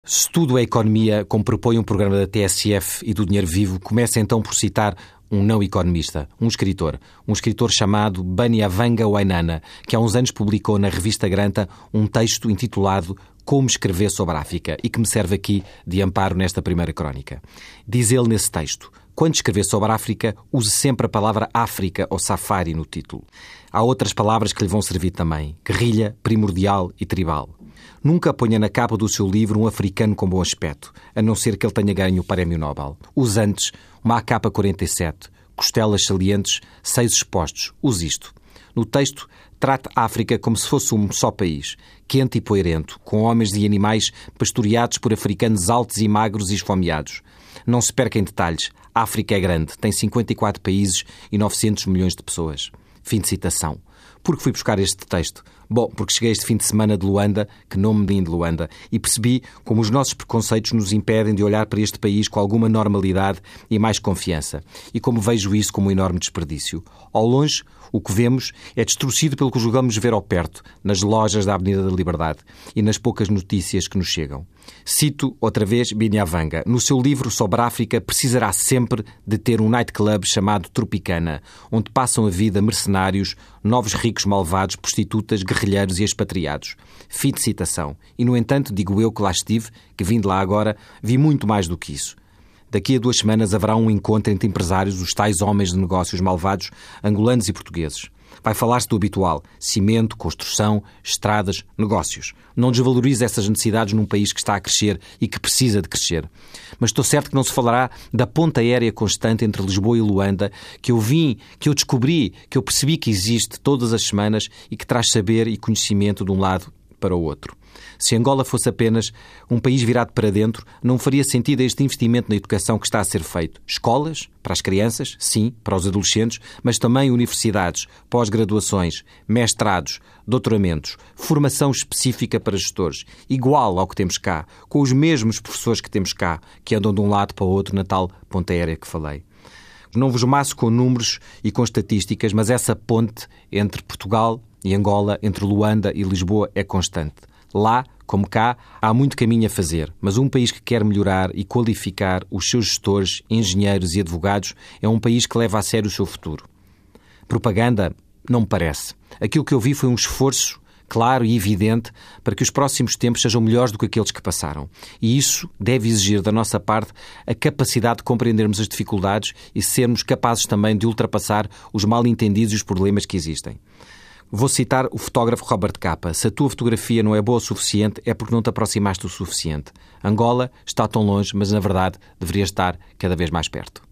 Se tudo é economia, como propõe um programa da TSF e do Dinheiro Vivo, começa então por citar um não-economista, um escritor chamado Binyavanga Wainaina, que há uns anos publicou na revista Granta um texto intitulado Como Escrever sobre a África e que me serve aqui de amparo nesta primeira crónica. Diz ele nesse texto: quando escrever sobre a África, use sempre a palavra África ou Safari no título. Há outras palavras que lhe vão servir também: guerrilha, primordial e tribal. Nunca ponha na capa do seu livro um africano com bom aspecto, a não ser que ele tenha ganho o Prémio Nobel. Use antes uma AK-47, costelas salientes, seios expostos. Use isto. No texto, trate a África como se fosse um só país, quente e poeirento, com homens e animais pastoreados por africanos altos e magros e esfomeados. Não se perca em detalhes. A África é grande, tem 54 países e 900 milhões de pessoas. Fim de citação. Por que fui buscar este texto? Bom, porque cheguei este fim de semana de Luanda, que não me de Luanda, e percebi como os nossos preconceitos nos impedem de olhar para este país com alguma normalidade e mais confiança. E como vejo isso como um enorme desperdício. Ao longe, o que vemos é distorcido pelo que julgamos ver ao perto, nas lojas da Avenida da Liberdade e nas poucas notícias que nos chegam. Cito outra vez Binyavanga. No seu livro sobre a África, precisará sempre de ter um nightclub chamado Tropicana, onde passam a vida mercenários, novos ricos malvados, prostitutas, guerrilheiros e expatriados. Fim de citação. E, no entanto, digo eu que lá estive, que vim de lá agora, vi muito mais do que isso. Daqui a 2 semanas haverá um encontro entre empresários, os tais homens de negócios malvados, angolanos e portugueses. Vai falar-se do habitual: cimento, construção, estradas, negócios. Não desvalorize essas necessidades num país que está a crescer e que precisa de crescer. Mas estou certo que não se falará da ponta aérea constante entre Lisboa e Luanda, que eu descobri, que eu percebi que existe todas as semanas e que traz saber e conhecimento de um lado para o outro. Se Angola fosse apenas um país virado para dentro, não faria sentido este investimento na educação que está a ser feito. Escolas, para as crianças, sim, para os adolescentes, mas também universidades, pós-graduações, mestrados, doutoramentos, formação específica para gestores, igual ao que temos cá, com os mesmos professores que temos cá, que andam de um lado para o outro na tal ponta aérea que falei. Não vos maço com números e com estatísticas, mas essa ponte entre Portugal e Angola, entre Luanda e Lisboa, é constante. Lá, como cá, há muito caminho a fazer, mas um país que quer melhorar e qualificar os seus gestores, engenheiros e advogados é um país que leva a sério o seu futuro. Propaganda? Não me parece. Aquilo que eu vi foi um esforço claro e evidente para que os próximos tempos sejam melhores do que aqueles que passaram. E isso deve exigir da nossa parte a capacidade de compreendermos as dificuldades e sermos capazes também de ultrapassar os mal-entendidos e os problemas que existem. Vou citar o fotógrafo Robert Capa. Se a tua fotografia não é boa o suficiente, é porque não te aproximaste o suficiente. Angola está tão longe, mas na verdade deveria estar cada vez mais perto.